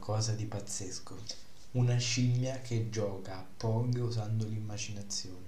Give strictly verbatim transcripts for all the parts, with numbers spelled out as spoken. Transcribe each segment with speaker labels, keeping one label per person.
Speaker 1: qualcosa di pazzesco. Una scimmia che gioca a Pong usando l'immaginazione.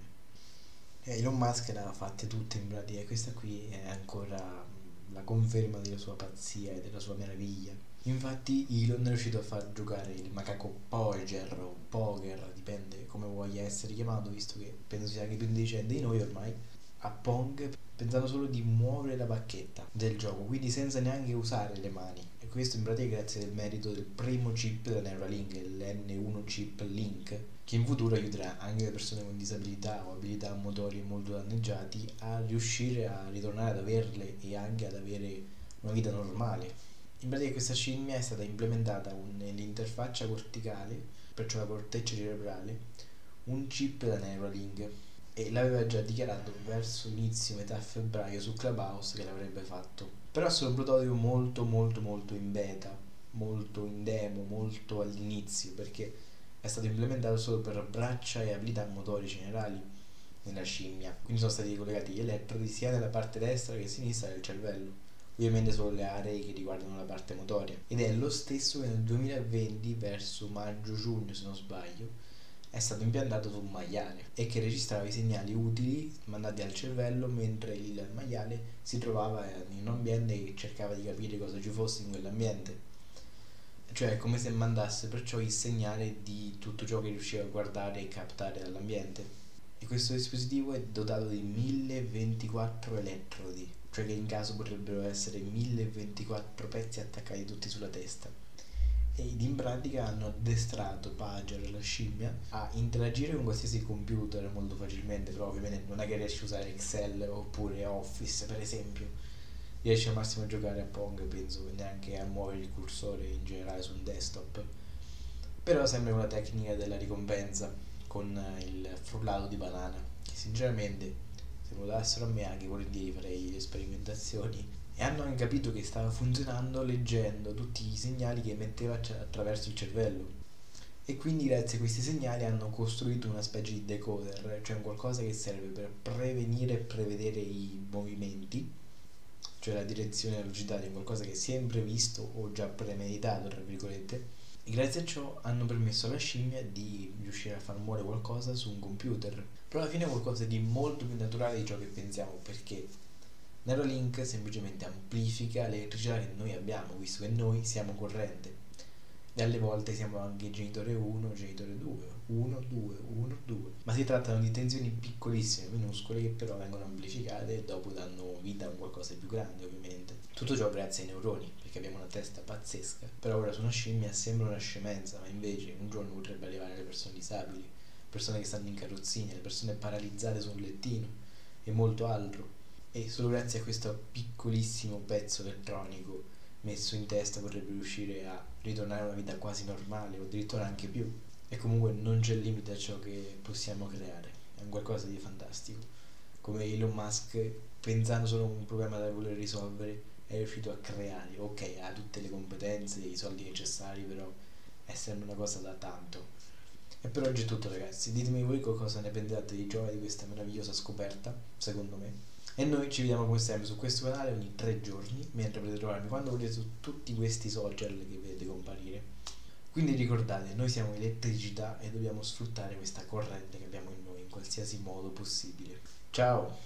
Speaker 1: E Elon Musk le ha fatte tutte in pratica e questa qui è ancora la conferma della sua pazzia e della sua meraviglia. Infatti Elon è riuscito a far giocare il macaco Poger o Poker, dipende come voglia essere chiamato, visto che penso sia anche più intelligente di noi ormai, a Pong, pensando solo di muovere la bacchetta del gioco, quindi senza neanche usare le mani. E questo in pratica grazie al merito del primo chip della Neuralink, l'N uno chip Link, che in futuro aiuterà anche le persone con disabilità o abilità motorie molto danneggiati a riuscire a ritornare ad averle e anche ad avere una vita normale. In pratica questa scimmia è stata implementata un, nell'interfaccia corticale, perciò la corteccia cerebrale, un chip da Neuralink, e l'aveva già dichiarato verso inizio metà febbraio su Clubhouse che l'avrebbe fatto. Però è solo un prototipo molto molto molto in beta, molto in demo, molto all'inizio, perché è stato implementato solo per braccia e abilità motorie generali nella scimmia, quindi sono stati collegati gli elettrodi sia nella parte destra che sinistra del cervello, ovviamente solo le aree che riguardano la parte motoria, ed è lo stesso che nel duemilaventi, verso maggio-giugno se non sbaglio, è stato impiantato su un maiale e che registrava i segnali utili mandati al cervello mentre il maiale si trovava in un ambiente e cercava di capire cosa ci fosse in quell'ambiente, cioè è come se mandasse perciò il segnale di tutto ciò che riusciva a guardare e captare dall'ambiente. E questo dispositivo è dotato di mille ventiquattro elettrodi, cioè che in caso potrebbero essere mille ventiquattro pezzi attaccati tutti sulla testa. Ed in pratica hanno addestrato Pager, la scimmia, a interagire con qualsiasi computer molto facilmente, però ovviamente non è che riesci a usare Excel oppure Office per esempio, riesci al massimo a giocare a Pong, penso, neanche a muovere il cursore in generale su un desktop. Però sembra una tecnica della ricompensa con il frullato di banana, che sinceramente se me lo dassero a me anche volentieri farei le sperimentazioni. E hanno anche capito che stava funzionando leggendo tutti i segnali che emetteva attraverso il cervello, e quindi grazie a questi segnali hanno costruito una specie di decoder, cioè un qualcosa che serve per prevenire e prevedere i movimenti, cioè la direzione e la velocità di qualcosa che è sempre visto o già premeditato tra virgolette, e grazie a ciò hanno permesso alla scimmia di riuscire a far muovere qualcosa su un computer, però alla fine è qualcosa di molto più naturale di ciò che pensiamo, perché Neuralink semplicemente amplifica l'elettricità che noi abbiamo, visto che noi siamo corrente e alle volte siamo anche genitore uno, genitore due, uno, due, uno, due, ma si trattano di tensioni piccolissime, minuscole, che però vengono amplificate e dopo danno vita a un qualcosa di più grande ovviamente. Tutto ciò grazie ai neuroni, perché abbiamo una testa pazzesca. Per ora su una scimmia sembra una scemenza, ma invece un giorno potrebbe arrivare alle persone disabili, persone che stanno in carrozzine, le persone paralizzate su un lettino e molto altro. E solo grazie a questo piccolissimo pezzo elettronico messo in testa potrebbe riuscire a ritornare a una vita quasi normale o addirittura anche più. E comunque non c'è limite a ciò che possiamo creare, è un qualcosa di fantastico. Come Elon Musk, pensando solo a un problema da voler risolvere, è riuscito a creare. Ok, ha tutte le competenze e i soldi necessari, però è sempre una cosa da tanto. E per oggi è tutto ragazzi, ditemi voi cosa ne pensate di gioia di questa meravigliosa scoperta, secondo me. E noi ci vediamo come sempre su questo canale ogni tre giorni, mentre potete trovarmi quando volete su tutti questi social che vedete comparire. Quindi ricordate, noi siamo elettricità e dobbiamo sfruttare questa corrente che abbiamo in noi in qualsiasi modo possibile. Ciao!